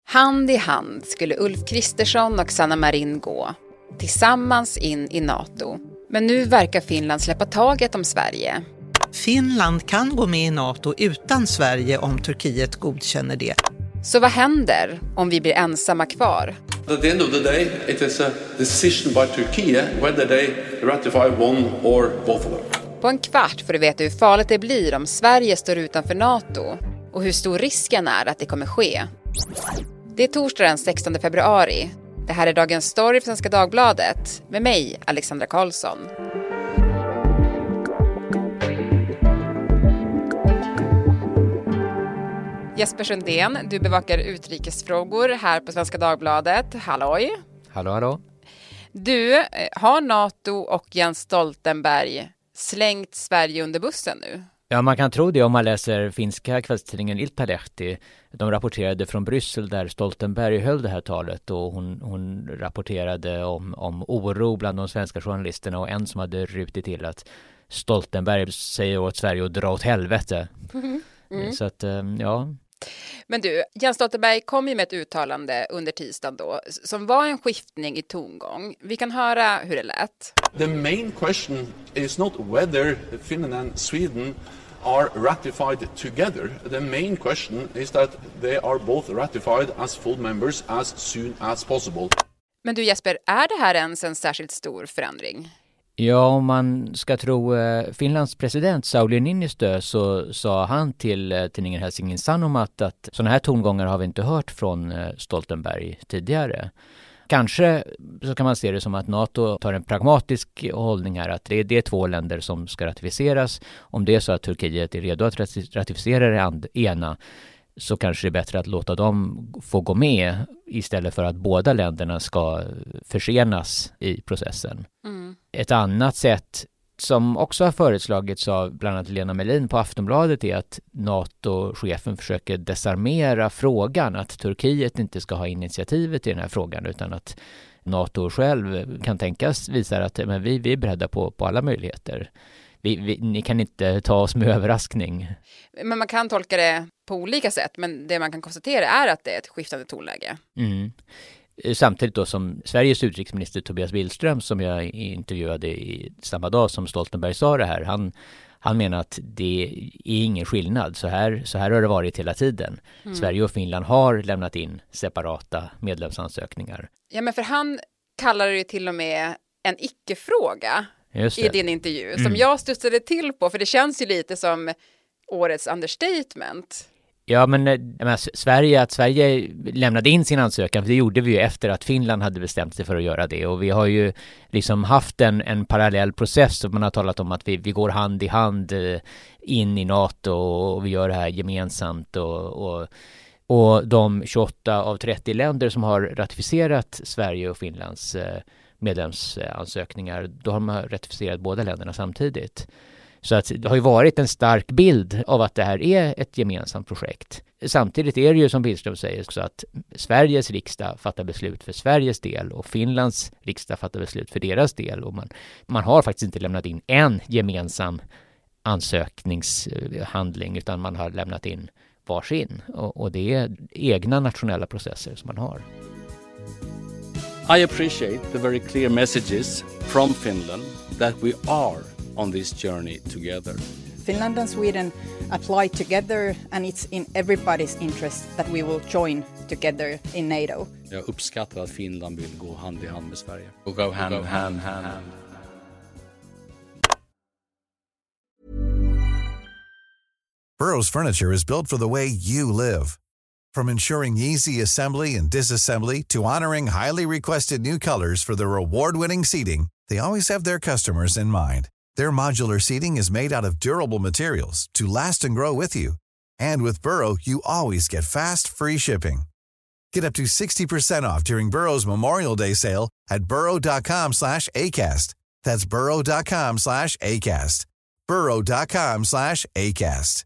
Hand i hand skulle Ulf Kristersson och Sanna Marin gå, tillsammans in i NATO. Men nu verkar Finland släppa taget om Sverige. Finland kan gå med i NATO utan Sverige om Turkiet godkänner det. Så vad händer om vi blir ensamma kvar? At the end of the day, it is a decision by Turkey whether they ratify one or both of them. På en kvart får du veta hur farligt det blir om Sverige står utanför NATO och hur stor risken är att det kommer ske. Det är torsdag den 16 februari. Det här är dagens story för Svenska Dagbladet med mig, Alexandra Karlsson. Jesper Sundén, du bevakar utrikesfrågor här på Svenska Dagbladet. Halloj! Hallå, hallå. Du, har NATO och Jens Stoltenberg slängt Sverige under bussen nu? Ja, man kan tro det om man läser finska kvällstidningen Iltalehti. De rapporterade från Bryssel där Stoltenberg höll det här talet och hon rapporterade om oro bland de svenska journalisterna och en som hade rutit till att Stoltenberg säger åt Sverige att dra åt helvete. Så att, ja. Men du, Jens Stoltenberg kom ju med ett uttalande under tisdagen då som var en skiftning i tongång. Vi kan höra hur det lät. The main question is not whether Finland and Sweden are ratified together. The main question is that they are both ratified as full members as soon as possible. Men du Jesper, är det här ens en särskilt stor förändring? Ja, om man ska tro Finlands president Sauli Niinistö så sa han till tidningen Helsingin Sanomat att sådana här tongångar har vi inte hört från Stoltenberg tidigare. Kanske så kan man se det som att NATO tar en pragmatisk hållning här, att det är två länder som ska ratificeras. Om det är så att Turkiet är redo att ratificera det ena så kanske det är bättre att låta dem få gå med istället för att båda länderna ska försenas i processen. Ett annat sätt som också har föreslagits av bland annat Lena Melin på Aftonbladet är att NATO-chefen försöker desarmera frågan, att Turkiet inte ska ha initiativet i den här frågan utan att NATO själv kan tänkas visa att men vi är beredda på alla möjligheter. Ni kan inte ta oss med överraskning. Men man kan tolka det på olika sätt, men det man kan konstatera är att det är ett skiftande tonläge. Samtidigt då som Sveriges utrikesminister Tobias Billström, som jag intervjuade i samma dag som Stoltenberg sa det här, han menar att det är ingen skillnad. Så här har det varit hela tiden. Sverige och Finland har lämnat in separata medlemsansökningar. Ja, men för han kallar det till och med en icke-fråga i din intervju som jag studsade till på, för det känns ju lite som årets understatement. Ja, men Sverige lämnade in sin ansökan, för det gjorde vi ju efter att Finland hade bestämt sig för att göra det. Och vi har ju liksom haft en parallell process och man har talat om att vi går hand i hand in i NATO och vi gör det här gemensamt. Och de 28 av 30 länder som har ratificerat Sverige och Finlands medlemsansökningar, då har man ratificerat båda länderna samtidigt. Så att det har ju varit en stark bild av att det här är ett gemensamt projekt. Samtidigt är det ju som Billström säger så att Sveriges riksdag fattar beslut för Sveriges del och Finlands riksdag fattar beslut för deras del. Och man har faktiskt inte lämnat in en gemensam ansökningshandling utan man har lämnat in varsin. Och det är egna nationella processer som man har. I appreciate the very clear messages from Finland that we are on this journey together. Finland and Sweden apply together and it's in everybody's interest that we will join together in NATO. Jag uppskattar att Finland vill gå hand i hand med Sverige. Och go hand. Burrow's furniture is built for the way you live. From ensuring easy assembly and disassembly to honoring highly requested new colors for their award-winning seating, they always have their customers in mind. Their modular seating is made out of durable materials to last and grow with you. And with Burrow, you always get fast, free shipping. Get up to 60% off during Burrow's Memorial Day sale at burrow.com/ACAST. That's burrow.com/ACAST. burrow.com/ACAST.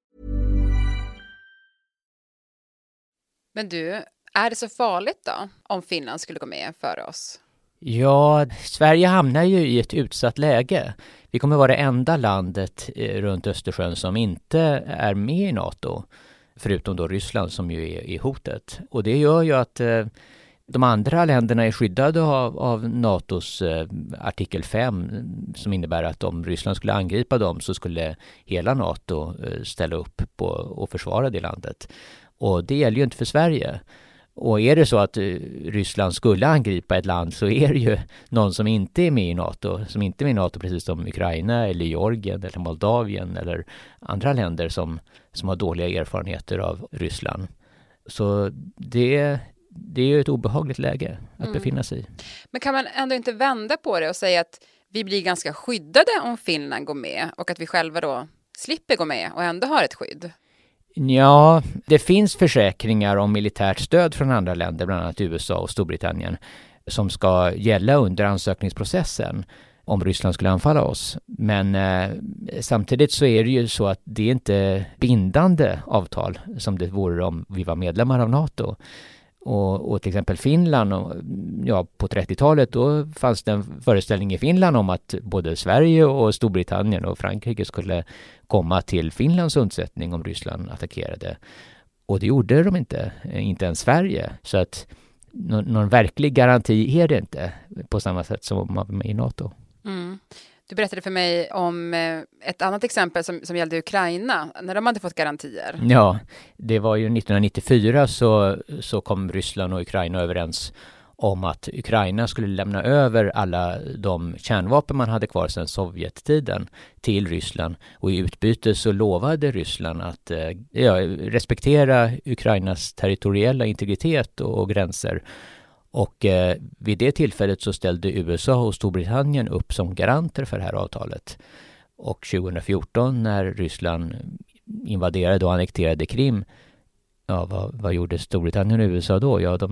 Men du, är det så farligt då om Finland skulle gå med för oss? Ja, Sverige hamnar ju i ett utsatt läge. Vi kommer vara det enda landet runt Östersjön som inte är med i NATO. förutom då Ryssland som ju är hotet. Och det gör ju att de andra länderna är skyddade av NATOs artikel 5 som innebär att om Ryssland skulle angripa dem så skulle hela NATO ställa upp på och försvara det landet. Och det gäller ju inte för Sverige. Och är det så att Ryssland skulle angripa ett land så är det ju någon som inte är med i NATO. Som inte är med i NATO, precis som Ukraina eller Georgien eller Moldavien eller andra länder som har dåliga erfarenheter av Ryssland. Så det är ju ett obehagligt läge att befinna sig i. Men kan man ändå inte vända på det och säga att vi blir ganska skyddade om Finland går med och att vi själva då slipper gå med och ändå har ett skydd? Ja, det finns försäkringar om militärt stöd från andra länder, bland annat USA och Storbritannien, som ska gälla under ansökningsprocessen om Ryssland skulle anfalla oss. Men samtidigt så är det ju så att det är inte bindande avtal som det vore om vi var medlemmar av NATO. Och till exempel Finland, på 30-talet då fanns det en föreställning i Finland om att både Sverige och Storbritannien och Frankrike skulle komma till Finlands undsättning om Ryssland attackerade. Och det gjorde de inte ens Sverige. Så att någon verklig garanti är det inte på samma sätt som man var med i NATO. Mm. Du berättade för mig om ett annat exempel som gällde Ukraina, när de hade fått garantier. Ja, det var ju 1994 så kom Ryssland och Ukraina överens om att Ukraina skulle lämna över alla de kärnvapen man hade kvar sedan Sovjettiden till Ryssland. Och i utbyte så lovade Ryssland att respektera Ukrainas territoriella integritet och gränser. Och vid det tillfället så ställde USA och Storbritannien upp som garanter för det här avtalet. Och 2014 när Ryssland invaderade och annekterade Krim, vad gjorde Storbritannien och USA då? Ja,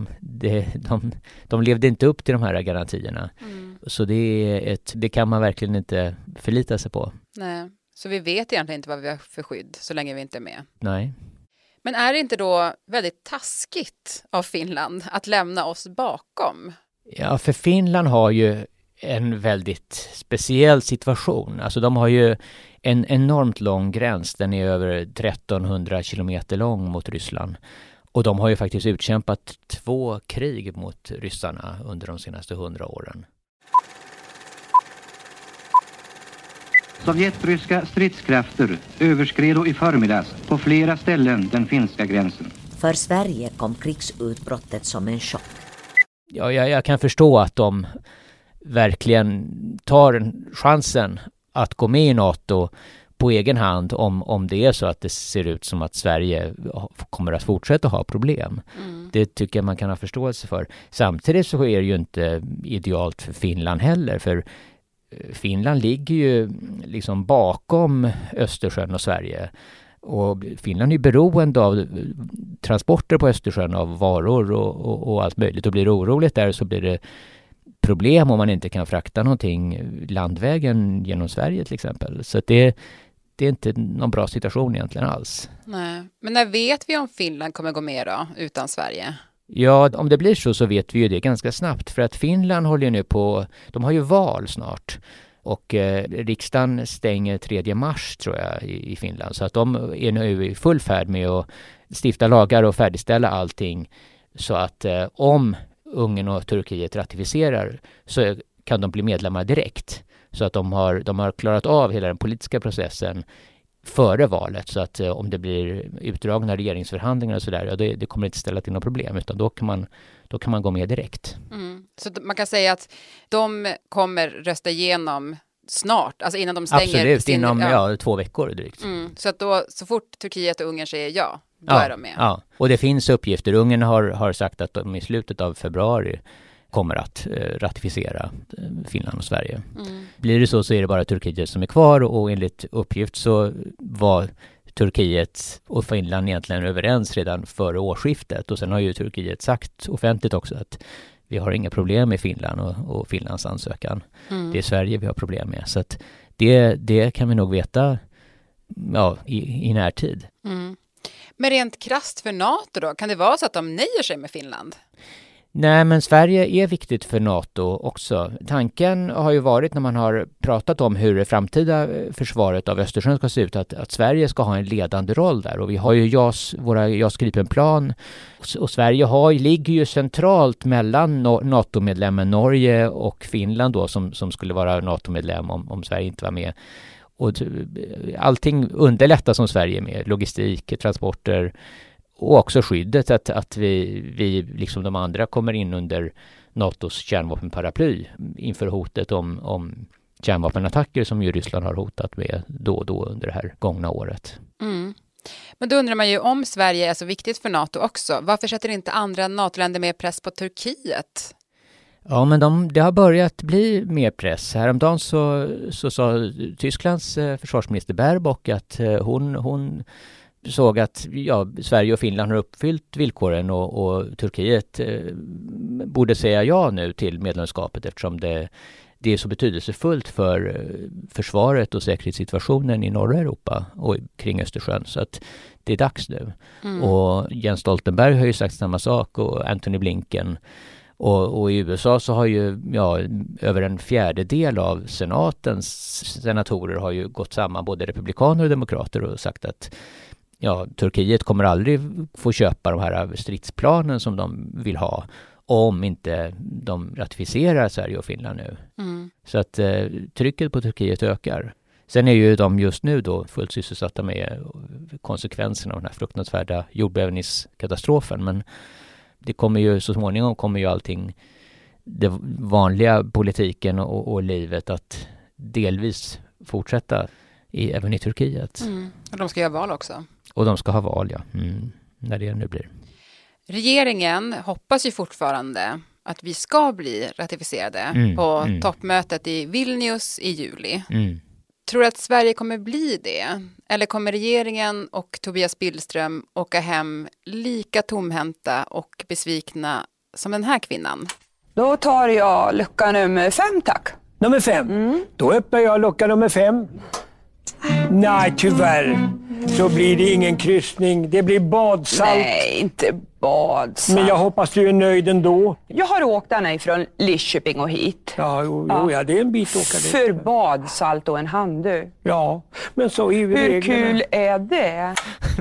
de levde inte upp till de här garantierna. Så det kan man verkligen inte förlita sig på. Nej, så vi vet egentligen inte vad vi har för skydd så länge vi inte är med. Nej. Men är det inte då väldigt taskigt av Finland att lämna oss bakom? Ja, för Finland har ju en väldigt speciell situation. Alltså de har ju en enormt lång gräns. Den är över 1300 kilometer lång mot Ryssland. Och de har ju faktiskt utkämpat 2 krig mot ryssarna under de senaste 100 åren. Sovjetryska stridskrafter överskred i förmiddags på flera ställen den finska gränsen. För Sverige kom krigsutbrottet som en chock. Ja, jag kan förstå att de verkligen tar chansen att gå med i NATO på egen hand om det är så att det ser ut som att Sverige kommer att fortsätta ha problem. Det tycker jag man kan ha förståelse för. Samtidigt så är det ju inte idealt för Finland heller, för Finland ligger ju liksom bakom Östersjön och Sverige. Och Finland är beroende av transporter på Östersjön av varor och allt möjligt. Och blir det oroligt där så blir det problem om man inte kan frakta någonting landvägen genom Sverige till exempel. Så att det är inte någon bra situation egentligen alls. Nej, men när vet vi om Finland kommer gå med då utan Sverige? Ja, om det blir så vet vi ju det ganska snabbt. För att Finland håller ju nu på, de har ju val snart. Och riksdagen stänger 3 mars tror jag i Finland. Så att de är nu i full färd med att stifta lagar och färdigställa allting. Så att om Ungern och Turkiet ratificerar så kan de bli medlemmar direkt. Så att de har klarat av hela den politiska processen före valet, så att om det blir utdragna regeringsförhandlingar och sådär, det kommer inte ställa till något problem, utan då kan man gå med direkt. Så man kan säga att de kommer rösta igenom snart, alltså innan de stänger. Absolut, inom 2 veckor drygt. Så att då, så fort Turkiet och Ungern säger ja, då är de med. Ja, och det finns uppgifter. Ungern har sagt att de i slutet av februari kommer att ratificera Finland och Sverige. Blir det så är det bara Turkiet som är kvar, och enligt uppgift så var Turkiet och Finland egentligen överens redan före årsskiftet, och sen har ju Turkiet sagt offentligt också att vi har inga problem med Finland och Finlands ansökan. Det är Sverige vi har problem med, så att det kan vi nog veta i närtid. Men rent krasst för NATO då, kan det vara så att de nöjer sig med Finland? Nej, men Sverige är viktigt för NATO också. Tanken har ju varit när man har pratat om hur det framtida försvaret av Östersjön ska se ut att Sverige ska ha en ledande roll där. Och vi har ju våra JAS Gripen-plan och Sverige ligger ju centralt mellan NATO-medlemmen Norge och Finland då som skulle vara NATO-medlem om Sverige inte var med. Och allting underlättas som Sverige är med. Logistik, transporter och också skyddet att vi liksom de andra kommer in under NATOs kärnvapenparaply inför hotet om kärnvapenattacker som ju Ryssland har hotat med då och då under det här gångna året. Mm. Men då undrar man ju om Sverige är så viktigt för NATO också. Varför sätter inte andra NATO-länder mer press på Turkiet? Ja, men det har börjat bli mer press. Häromdagen så sa Tysklands försvarsminister Baerbock att hon såg att Sverige och Finland har uppfyllt villkoren och Turkiet borde säga ja nu till medlemskapet eftersom det är så betydelsefullt för försvaret och säkerhetssituationen i norra Europa och kring Östersjön. Så att det är dags nu. Mm. Och Jens Stoltenberg har ju sagt samma sak och Antony Blinken. Och i USA så har ju över en fjärdedel av senatens senatorer har ju gått samman, både republikaner och demokrater, och sagt att Turkiet kommer aldrig få köpa de här stridsplanen som de vill ha om inte de ratificerar Sverige och Finland nu. Mm. Så att trycket på Turkiet ökar. Sen är ju de just nu då fullt sysselsatta med konsekvenserna av den här fruktansvärda jordbävningskatastrofen. Men det kommer ju så småningom allting, det vanliga politiken och livet att delvis fortsätta även i Turkiet. Mm. Och de ska göra val också. Och de ska ha val, när det nu blir. Regeringen hoppas ju fortfarande att vi ska bli ratificerade på toppmötet i Vilnius i juli. Mm. Tror du att Sverige kommer bli det? Eller kommer regeringen och Tobias Billström åka hem lika tomhänta och besvikna som den här kvinnan? Då tar jag lucka nummer 5, tack. Nummer 5? Då öppnar jag lucka nummer 5. Nej, tyvärr. Så blir det ingen kryssning. Det blir badsalt. Nej, inte badsalt. Men jag hoppas du är nöjd ändå. Jag har åkt där ifrån Lidköping och hit. Ja, det är en bit att åka dit. För badsalt och en handduk. Ja, men så är ju reglerna. Hur kul är det?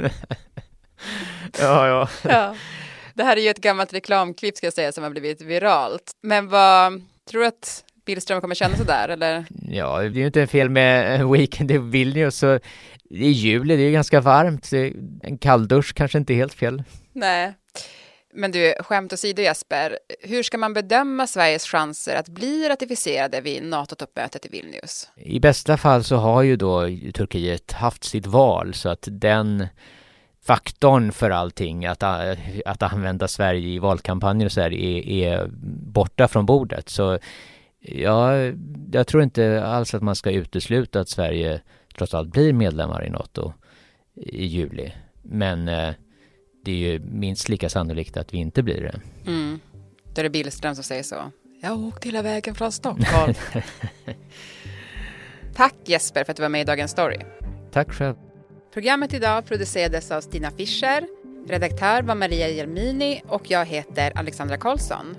Ja. Det här är ju ett gammalt reklamklipp ska jag säga som har blivit viralt. Men vad tror du att Billström kommer känna sådär, eller? Ja, det är ju inte fel med Weekend i Vilnius, så det är juli, det är ganska varmt. En kalldusch kanske inte är helt fel. Nej, men du, skämt åsido Jesper, hur ska man bedöma Sveriges chanser att bli ratificerade vid NATO-toppmötet i Vilnius? I bästa fall så har ju då Turkiet haft sitt val, så att den faktorn för allting, att använda Sverige i valkampanjer och så här, är borta från bordet. Så jag tror inte alls att man ska utesluta att Sverige trots allt blir medlemmar i NATO i juli. Men det är ju minst lika sannolikt att vi inte blir det. Mm. Då är det Billström som säger så. Jag har åkt hela vägen från Stockholm. Tack Jesper för att du var med i Dagens Story. Tack själv. Programmet idag producerades av Stina Fischer. Redaktör var Maria Jermini och jag heter Alexandra Karlsson.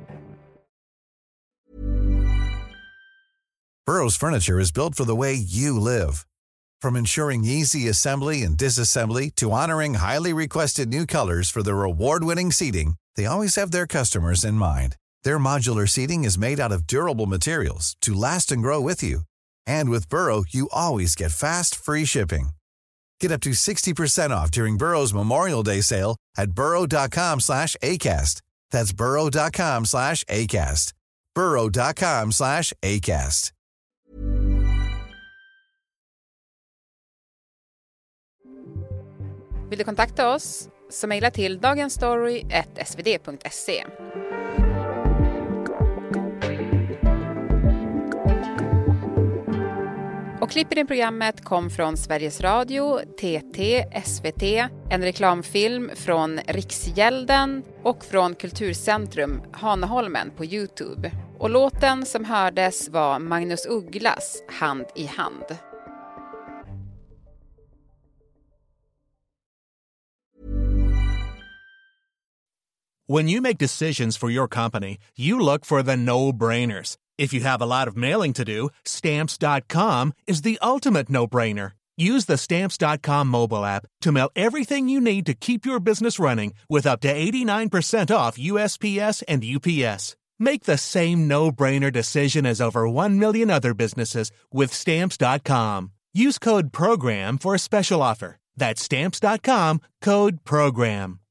Burrow's furniture is built for the way you live. From ensuring easy assembly and disassembly to honoring highly requested new colors for their award-winning seating, they always have their customers in mind. Their modular seating is made out of durable materials to last and grow with you. And with Burrow, you always get fast, free shipping. Get up to 60% off during Burrow's Memorial Day sale at burrow.com/ACAST. That's burrow.com/ACAST. burrow.com/ACAST. Vill du kontakta oss så mejla till dagensstory@svd.se. Och klippen i programmet kom från Sveriges Radio, TT, SVT, en reklamfilm från Riksgälden och från Kulturcentrum Hanaholmen på YouTube. Och låten som hördes var Magnus Ugglas Hand i hand. When you make decisions for your company, you look for the no-brainers. If you have a lot of mailing to do, Stamps.com is the ultimate no-brainer. Use the Stamps.com mobile app to mail everything you need to keep your business running with up to 89% off USPS and UPS. Make the same no-brainer decision as over 1 million other businesses with Stamps.com. Use code PROGRAM for a special offer. That's Stamps.com, code PROGRAM.